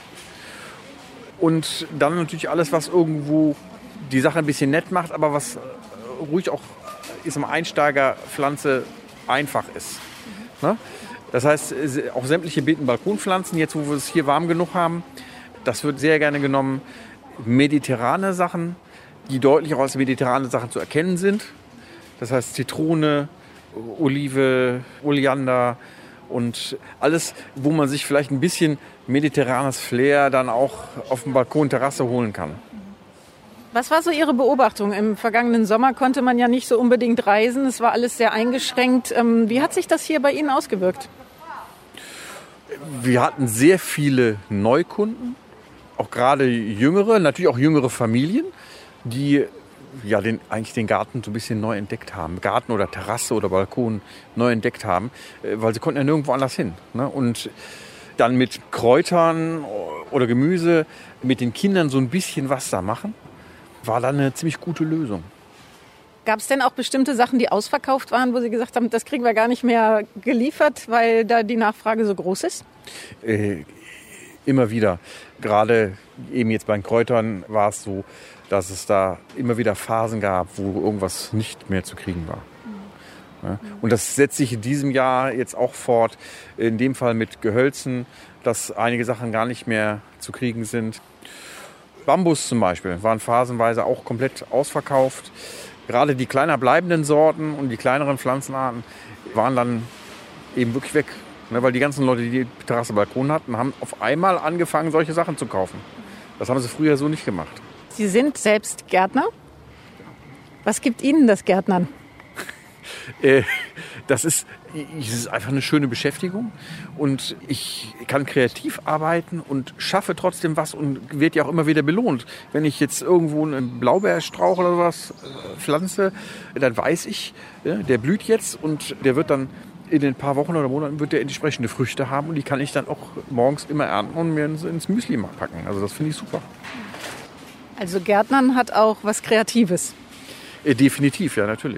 und dann natürlich alles, was irgendwo die Sache ein bisschen nett macht, aber was ruhig auch ist eine Einsteigerpflanze einfach ist. Ne? Das heißt, auch sämtliche Beeten-Balkonpflanzen, jetzt wo wir es hier warm genug haben, das wird sehr gerne genommen. Mediterrane Sachen, die deutlich auch als mediterrane Sachen zu erkennen sind. Das heißt Zitrone, Olive, Oleander und alles, wo man sich vielleicht ein bisschen mediterranes Flair dann auch auf dem Balkon, Terrasse holen kann. Was war so Ihre Beobachtung? Im vergangenen Sommer konnte man ja nicht so unbedingt reisen. Es war alles sehr eingeschränkt. Wie hat sich das hier bei Ihnen ausgewirkt? Wir hatten sehr viele Neukunden, auch gerade jüngere, natürlich auch jüngere Familien, die ja eigentlich den Garten so ein bisschen neu entdeckt haben. Garten oder Terrasse oder Balkon neu entdeckt haben, weil sie konnten ja nirgendwo anders hin. Ne? Und dann mit Kräutern oder Gemüse mit den Kindern so ein bisschen was da machen, war dann eine ziemlich gute Lösung. Gab es denn auch bestimmte Sachen, die ausverkauft waren, wo Sie gesagt haben, das kriegen wir gar nicht mehr geliefert, weil da die Nachfrage so groß ist? Immer wieder. Gerade eben jetzt bei den Kräutern war es so, dass es da immer wieder Phasen gab, wo irgendwas nicht mehr zu kriegen war. Ja. Und das setzt sich in diesem Jahr jetzt auch fort, in dem Fall mit Gehölzen, dass einige Sachen gar nicht mehr zu kriegen sind. Bambus zum Beispiel waren phasenweise auch komplett ausverkauft. Gerade die kleiner bleibenden Sorten und die kleineren Pflanzenarten waren dann eben wirklich weg. Ne, weil die ganzen Leute, die Terrasse, Balkon hatten, haben auf einmal angefangen, solche Sachen zu kaufen. Das haben sie früher so nicht gemacht. Sie sind selbst Gärtner. Was gibt Ihnen das Gärtnern? Das ist einfach eine schöne Beschäftigung und ich kann kreativ arbeiten und schaffe trotzdem was und werde ja auch immer wieder belohnt. Wenn ich jetzt irgendwo einen Blaubeerstrauch oder was pflanze, dann weiß ich, der blüht jetzt und der wird dann in ein paar Wochen oder Monaten wird der entsprechende Früchte haben und die kann ich dann auch morgens immer ernten und mir ins Müsli packen. Also das finde ich super. Also Gärtnern hat auch was Kreatives. Definitiv, ja, natürlich.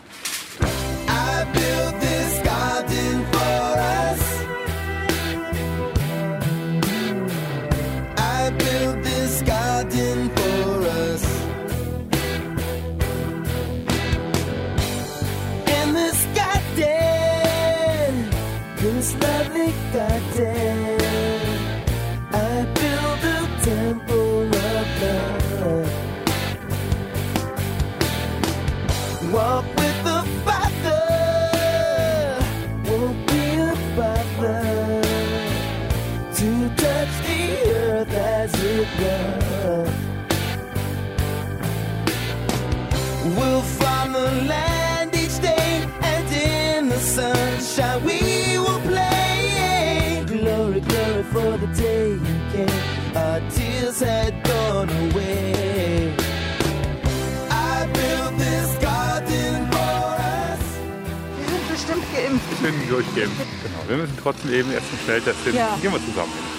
Walk with the Father, won't be a bother to touch the earth as it does. We'll farm the land each day, and in the sunshine we will play. Glory, glory for the day you came, our tears had gone away. I built this garden for us. Sie sind bestimmt geimpft. Ich bin durchgeimpft. Genau. Wir müssen trotzdem eben erst einen Schnelltest hin. Ja. Gehen wir zusammen hin.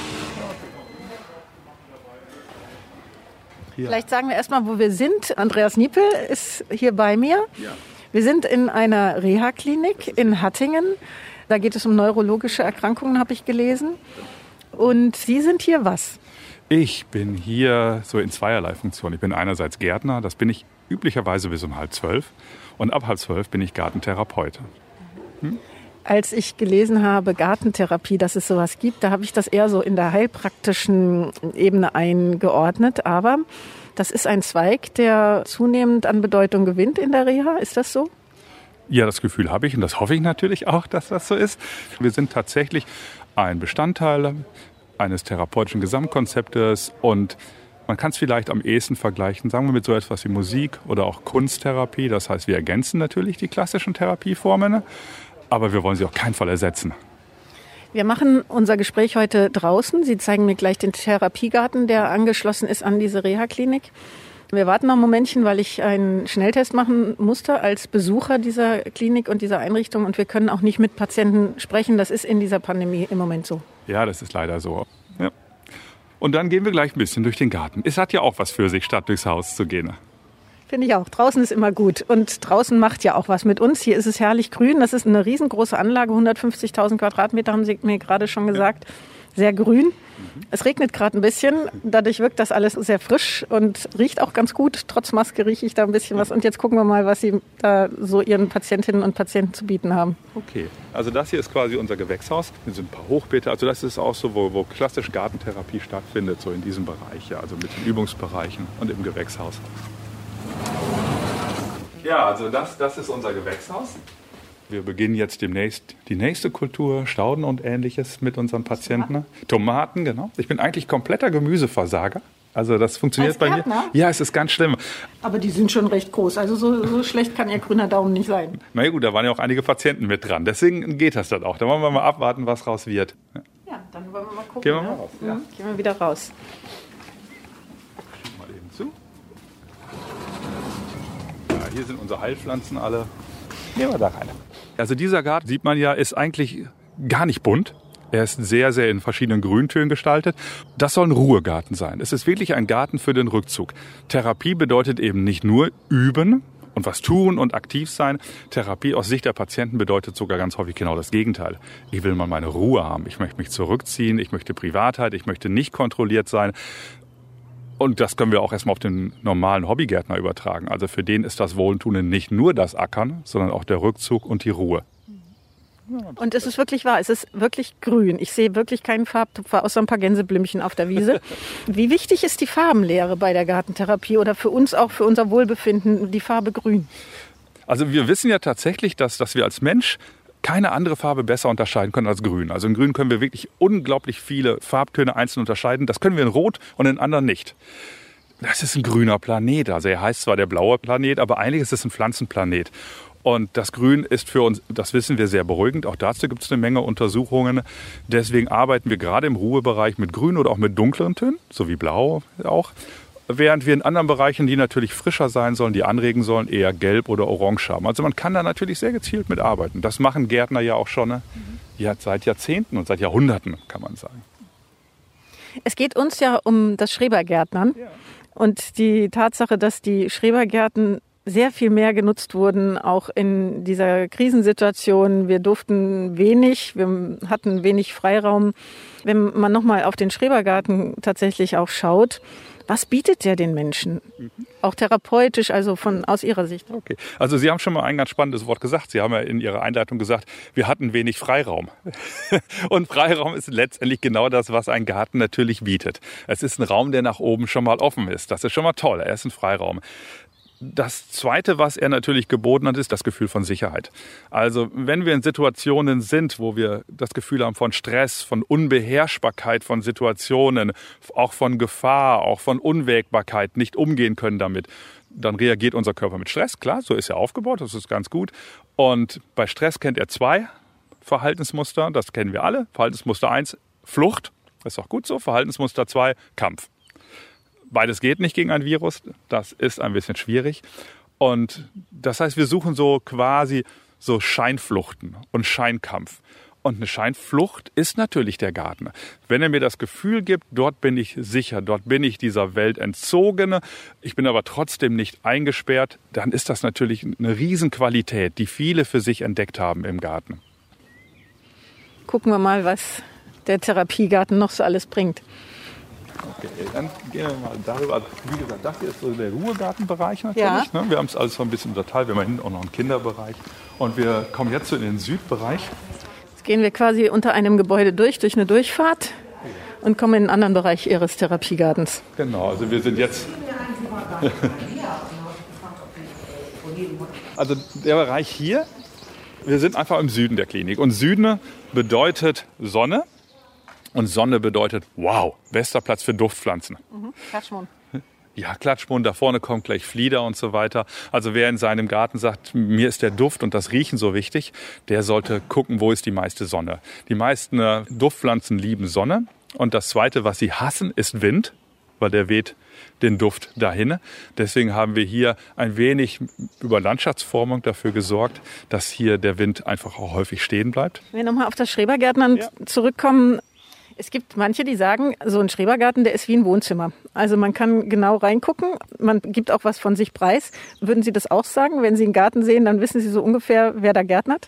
Hier. Vielleicht sagen wir erstmal, wo wir sind. Andreas Niepel ist hier bei mir. Ja. Wir sind in einer Reha-Klinik in Hattingen. Da geht es um neurologische Erkrankungen, habe ich gelesen. Und Sie sind hier was? Ich bin hier so in zweierlei Funktion. Ich bin einerseits Gärtner, das bin ich üblicherweise bis um 11:30. Und ab 11:30 bin ich Gartentherapeut. Als ich gelesen habe, Gartentherapie, dass es sowas gibt, da habe ich das eher so in der heilpraktischen Ebene eingeordnet. Aber das ist ein Zweig, der zunehmend an Bedeutung gewinnt in der Reha. Ist das so? Ja, das Gefühl habe ich und das hoffe ich natürlich auch, dass das so ist. Wir sind tatsächlich ein Bestandteil eines therapeutischen Gesamtkonzeptes und man kann es vielleicht am ehesten vergleichen, sagen wir mit so etwas wie Musik oder auch Kunsttherapie. Das heißt, wir ergänzen natürlich die klassischen Therapieformen, aber wir wollen sie auf keinen Fall ersetzen. Wir machen unser Gespräch heute draußen. Sie zeigen mir gleich den Therapiegarten, der angeschlossen ist an diese Reha-Klinik. Wir warten noch ein Momentchen, weil ich einen Schnelltest machen musste als Besucher dieser Klinik und dieser Einrichtung. Und wir können auch nicht mit Patienten sprechen. Das ist in dieser Pandemie im Moment so. Ja, das ist leider so. Ja. Und dann gehen wir gleich ein bisschen durch den Garten. Es hat ja auch was für sich, statt durchs Haus zu gehen. Finde ich auch. Draußen ist immer gut. Und draußen macht ja auch was mit uns. Hier ist es herrlich grün. Das ist eine riesengroße Anlage. 150.000 Quadratmeter haben Sie mir gerade schon gesagt. Sehr grün. Es regnet gerade ein bisschen. Dadurch wirkt das alles sehr frisch und riecht auch ganz gut. Trotz Maske rieche ich da ein bisschen was. Und jetzt gucken wir mal, was Sie da so Ihren Patientinnen und Patienten zu bieten haben. Okay, also das hier ist quasi unser Gewächshaus. Hier sind ein paar Hochbeete. Also das ist auch so, wo klassisch Gartentherapie stattfindet, so in diesem Bereich. Ja, also mit den Übungsbereichen und im Gewächshaus. Ja, also das ist unser Gewächshaus. Wir beginnen jetzt demnächst die nächste Kultur, Stauden und Ähnliches mit unseren Patienten. Tomaten, genau. Ich bin eigentlich kompletter Gemüseversager. Also das funktioniert bei mir. Ja, es ist ganz schlimm. Aber die sind schon recht groß. Also so schlecht kann Ihr grüner Daumen nicht sein. Na ja, gut, da waren ja auch einige Patienten mit dran. Deswegen geht das dann auch. Da wollen wir mal abwarten, was raus wird. Ja, dann wollen wir mal gucken. Gehen wir mal raus. Ja. Gehen wir wieder raus. Schieben mal eben zu. Ja, hier sind unsere Heilpflanzen alle. Gehen wir da rein. Also dieser Garten, sieht man ja, ist eigentlich gar nicht bunt. Er ist sehr, sehr in verschiedenen Grüntönen gestaltet. Das soll ein Ruhegarten sein. Es ist wirklich ein Garten für den Rückzug. Therapie bedeutet eben nicht nur üben und was tun und aktiv sein. Therapie aus Sicht der Patienten bedeutet sogar ganz häufig genau das Gegenteil. Ich will mal meine Ruhe haben. Ich möchte mich zurückziehen. Ich möchte Privatheit. Ich möchte nicht kontrolliert sein. Und das können wir auch erstmal auf den normalen Hobbygärtner übertragen. Also für den ist das Wohltuende nicht nur das Ackern, sondern auch der Rückzug und die Ruhe. Und es ist wirklich wahr, es ist wirklich grün. Ich sehe wirklich keinen Farbtupfer, außer ein paar Gänseblümchen auf der Wiese. Wie wichtig ist die Farbenlehre bei der Gartentherapie oder für uns auch, für unser Wohlbefinden, die Farbe grün? Also wir wissen ja tatsächlich, dass wir als Mensch keine andere Farbe besser unterscheiden können als grün. Also in grün können wir wirklich unglaublich viele Farbtöne einzeln unterscheiden. Das können wir in rot und in anderen nicht. Das ist ein grüner Planet. Also er heißt zwar der blaue Planet, aber eigentlich ist es ein Pflanzenplanet. Und das Grün ist für uns, das wissen wir, sehr beruhigend. Auch dazu gibt es eine Menge Untersuchungen. Deswegen arbeiten wir gerade im Ruhebereich mit grün oder auch mit dunkleren Tönen, so wie blau auch. Während wir in anderen Bereichen, die natürlich frischer sein sollen, die anregen sollen, eher gelb oder orange haben. Also man kann da natürlich sehr gezielt mit arbeiten. Das machen Gärtner ja auch schon seit Jahrzehnten und seit Jahrhunderten, kann man sagen. Es geht uns ja um das Schrebergärtnern und die Tatsache, dass die Schrebergärten sehr viel mehr genutzt wurden, auch in dieser Krisensituation. Wir durften wenig, wir hatten wenig Freiraum. Wenn man nochmal auf den Schrebergarten tatsächlich auch schaut, was bietet der den Menschen? Auch therapeutisch, also aus Ihrer Sicht. Okay. Also Sie haben schon mal ein ganz spannendes Wort gesagt. Sie haben ja in Ihrer Einleitung gesagt, wir hatten wenig Freiraum. Und Freiraum ist letztendlich genau das, was ein Garten natürlich bietet. Es ist ein Raum, der nach oben schon mal offen ist. Das ist schon mal toll. Er ist ein Freiraum. Das Zweite, was er natürlich geboten hat, ist das Gefühl von Sicherheit. Also wenn wir in Situationen sind, wo wir das Gefühl haben von Stress, von Unbeherrschbarkeit von Situationen, auch von Gefahr, auch von Unwägbarkeit, nicht umgehen können damit, dann reagiert unser Körper mit Stress. Klar, so ist er aufgebaut, das ist ganz gut. Und bei Stress kennt er 2 Verhaltensmuster, das kennen wir alle. Verhaltensmuster 1, Flucht, das ist auch gut so. Verhaltensmuster 2, Kampf. Beides geht nicht gegen ein Virus, das ist ein bisschen schwierig. Und das heißt, wir suchen so quasi so Scheinfluchten und Scheinkampf. Und eine Scheinflucht ist natürlich der Garten. Wenn er mir das Gefühl gibt, dort bin ich sicher, dort bin ich dieser Welt entzogen, ich bin aber trotzdem nicht eingesperrt, dann ist das natürlich eine Riesenqualität, die viele für sich entdeckt haben im Garten. Gucken wir mal, was der Therapiegarten noch so alles bringt. Okay, dann gehen wir mal darüber. Also, wie gesagt, das hier ist so der Ruhegartenbereich natürlich. Ja. Ne? Wir haben es alles so ein bisschen unterteilt. Wir haben hinten auch noch einen Kinderbereich. Und wir kommen jetzt so in den Südbereich. Jetzt gehen wir quasi unter einem Gebäude durch eine Durchfahrt und kommen in einen anderen Bereich Ihres Therapiegartens. Genau, also wir sind jetzt... Also der Bereich hier, wir sind einfach im Süden der Klinik. Und Süden bedeutet Sonne. Und Sonne bedeutet, wow, bester Platz für Duftpflanzen. Klatschmohn. Ja, Klatschmohn, da vorne kommt gleich Flieder und so weiter. Also wer in seinem Garten sagt, mir ist der Duft und das Riechen so wichtig, der sollte gucken, wo ist die meiste Sonne. Die meisten Duftpflanzen lieben Sonne. Und das Zweite, was sie hassen, ist Wind, weil der weht den Duft dahin. Deswegen haben wir hier ein wenig über Landschaftsformung dafür gesorgt, dass hier der Wind einfach auch häufig stehen bleibt. Wenn wir nochmal auf das Schrebergärtnern zurückkommen, es gibt manche, die sagen, so ein Schrebergarten, der ist wie ein Wohnzimmer. Also man kann genau reingucken, man gibt auch was von sich preis. Würden Sie das auch sagen? Wenn Sie einen Garten sehen, dann wissen Sie so ungefähr, wer da gärtnert?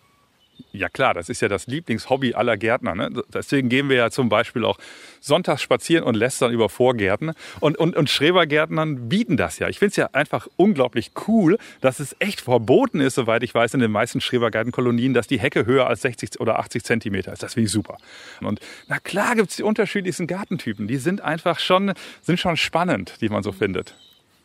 Ja klar, das ist ja das Lieblingshobby aller Gärtner. Ne? Deswegen gehen wir ja zum Beispiel auch sonntags spazieren und lästern über Vorgärten. Und Schrebergärtnern bieten das ja. Ich finde es ja einfach unglaublich cool, dass es echt verboten ist, soweit ich weiß, in den meisten Schrebergartenkolonien, dass die Hecke höher als 60 oder 80 Zentimeter ist. Das finde ich super. Und na klar gibt es die unterschiedlichsten Gartentypen. Die sind einfach schon spannend, die man so findet.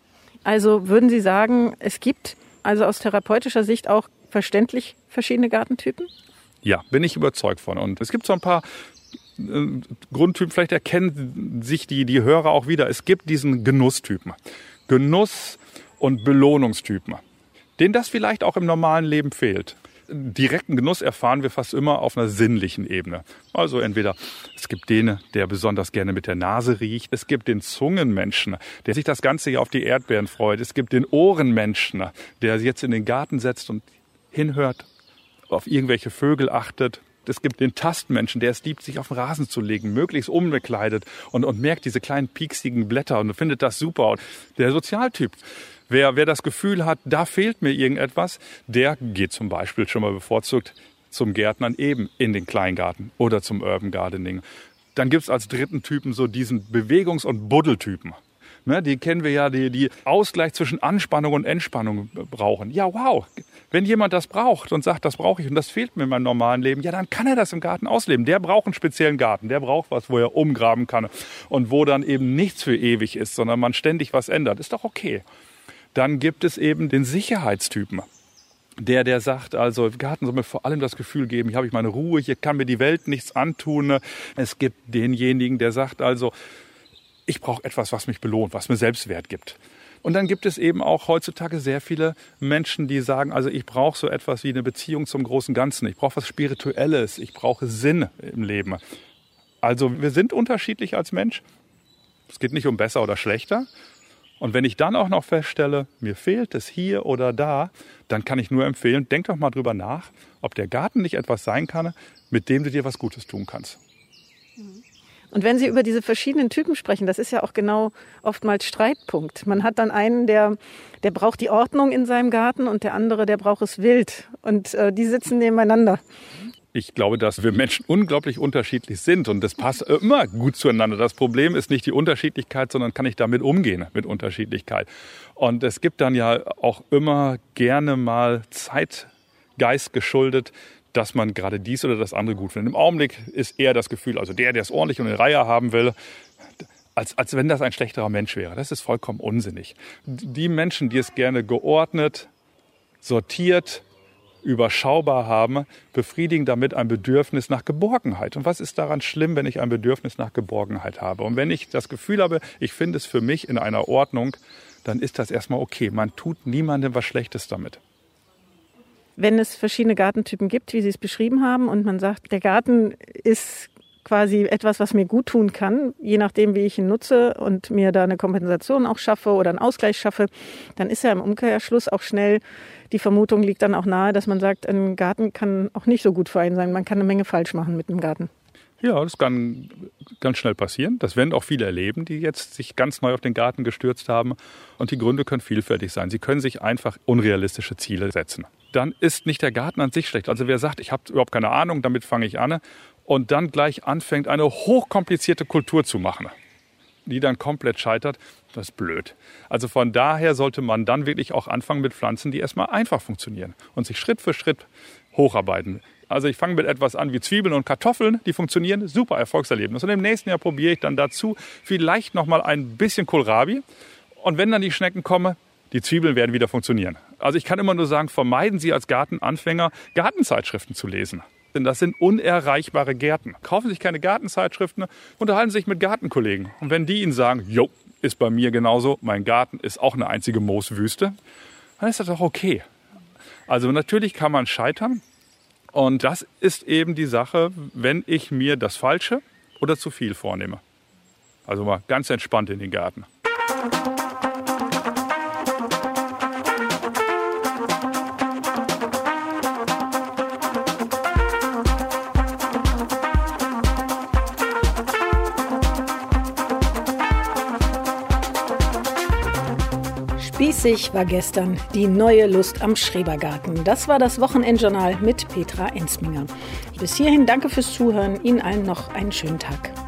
Also würden Sie sagen, es gibt also aus therapeutischer Sicht auch verständlich verschiedene Gartentypen? Ja, bin ich überzeugt von. Und es gibt so ein paar Grundtypen, vielleicht erkennen sich die Hörer auch wieder. Es gibt diesen Genusstypen. Genuss- und Belohnungstypen, denen das vielleicht auch im normalen Leben fehlt. Direkten Genuss erfahren wir fast immer auf einer sinnlichen Ebene. Also entweder es gibt den, der besonders gerne mit der Nase riecht. Es gibt den Zungenmenschen, der sich das ganze Jahr auf die Erdbeeren freut. Es gibt den Ohrenmenschen, der sich jetzt in den Garten setzt und hinhört, auf irgendwelche Vögel achtet. Es gibt den Tastmenschen, der es liebt, sich auf den Rasen zu legen, möglichst unbekleidet und merkt diese kleinen pieksigen Blätter und findet das super. Und der Sozialtyp, wer das Gefühl hat, da fehlt mir irgendetwas, der geht zum Beispiel schon mal bevorzugt zum Gärtnern eben in den Kleingarten oder zum Urban Gardening. Dann gibt es als dritten Typen so diesen Bewegungs- und Buddeltypen. Ne, die kennen wir ja, die Ausgleich zwischen Anspannung und Entspannung brauchen. Ja, wow. Wenn jemand das braucht und sagt, das brauche ich und das fehlt mir in meinem normalen Leben, ja, dann kann er das im Garten ausleben. Der braucht einen speziellen Garten. Der braucht was, wo er umgraben kann und wo dann eben nichts für ewig ist, sondern man ständig was ändert. Ist doch okay. Dann gibt es eben den Sicherheitstypen. Der sagt, also Garten soll mir vor allem das Gefühl geben, hier habe ich meine Ruhe, hier kann mir die Welt nichts antun. Es gibt denjenigen, der sagt also, ich brauche etwas, was mich belohnt, was mir Selbstwert gibt. Und dann gibt es eben auch heutzutage sehr viele Menschen, die sagen, also ich brauche so etwas wie eine Beziehung zum großen Ganzen. Ich brauche was Spirituelles, ich brauche Sinn im Leben. Also wir sind unterschiedlich als Mensch. Es geht nicht um besser oder schlechter. Und wenn ich dann auch noch feststelle, mir fehlt es hier oder da, dann kann ich nur empfehlen, denk doch mal drüber nach, ob der Garten nicht etwas sein kann, mit dem du dir was Gutes tun kannst. Und wenn Sie über diese verschiedenen Typen sprechen, das ist ja auch genau oftmals Streitpunkt. Man hat dann einen, der braucht die Ordnung in seinem Garten und der andere, der braucht es wild. Und die sitzen nebeneinander. Ich glaube, dass wir Menschen unglaublich unterschiedlich sind und das passt immer gut zueinander. Das Problem ist nicht die Unterschiedlichkeit, sondern kann ich damit umgehen mit Unterschiedlichkeit. Und es gibt dann ja auch immer gerne mal Zeitgeist geschuldet, dass man gerade dies oder das andere gut findet. Im Augenblick ist eher das Gefühl, also der es ordentlich und in Reihe haben will, als wenn das ein schlechterer Mensch wäre. Das ist vollkommen unsinnig. Die Menschen, die es gerne geordnet, sortiert, überschaubar haben, befriedigen damit ein Bedürfnis nach Geborgenheit. Und was ist daran schlimm, wenn ich ein Bedürfnis nach Geborgenheit habe? Und wenn ich das Gefühl habe, ich finde es für mich in einer Ordnung, dann ist das erstmal okay. Man tut niemandem was Schlechtes damit. Wenn es verschiedene Gartentypen gibt, wie Sie es beschrieben haben, und man sagt, der Garten ist quasi etwas, was mir gut tun kann, je nachdem, wie ich ihn nutze und mir da eine Kompensation auch schaffe oder einen Ausgleich schaffe, dann ist ja im Umkehrschluss auch schnell, die Vermutung liegt dann auch nahe, dass man sagt, ein Garten kann auch nicht so gut für einen sein. Man kann eine Menge falsch machen mit einem Garten. Ja, das kann ganz schnell passieren. Das werden auch viele erleben, die jetzt sich ganz neu auf den Garten gestürzt haben. Und die Gründe können vielfältig sein. Sie können sich einfach unrealistische Ziele setzen. Dann ist nicht der Garten an sich schlecht. Also wer sagt, ich habe überhaupt keine Ahnung, damit fange ich an, und dann gleich anfängt, eine hochkomplizierte Kultur zu machen, die dann komplett scheitert, das ist blöd. Also von daher sollte man dann wirklich auch anfangen mit Pflanzen, die erstmal einfach funktionieren und sich Schritt für Schritt hocharbeiten. Also ich fange mit etwas an wie Zwiebeln und Kartoffeln, die funktionieren, super Erfolgserlebnis. Und im nächsten Jahr probiere ich dann dazu vielleicht nochmal ein bisschen Kohlrabi. Und wenn dann die Schnecken kommen, die Zwiebeln werden wieder funktionieren. Also ich kann immer nur sagen, vermeiden Sie als Gartenanfänger, Gartenzeitschriften zu lesen. Denn das sind unerreichbare Gärten. Kaufen Sie sich keine Gartenzeitschriften, unterhalten Sie sich mit Gartenkollegen. Und wenn die Ihnen sagen, jo, ist bei mir genauso, mein Garten ist auch eine einzige Mooswüste, dann ist das doch okay. Also natürlich kann man scheitern. Und das ist eben die Sache, wenn ich mir das Falsche oder zu viel vornehme. Also mal ganz entspannt in den Garten. Spießig war gestern die neue Lust am Schrebergarten. Das war das Wochenendjournal mit Petra Ensminger. Bis hierhin danke fürs Zuhören. Ihnen allen noch einen schönen Tag.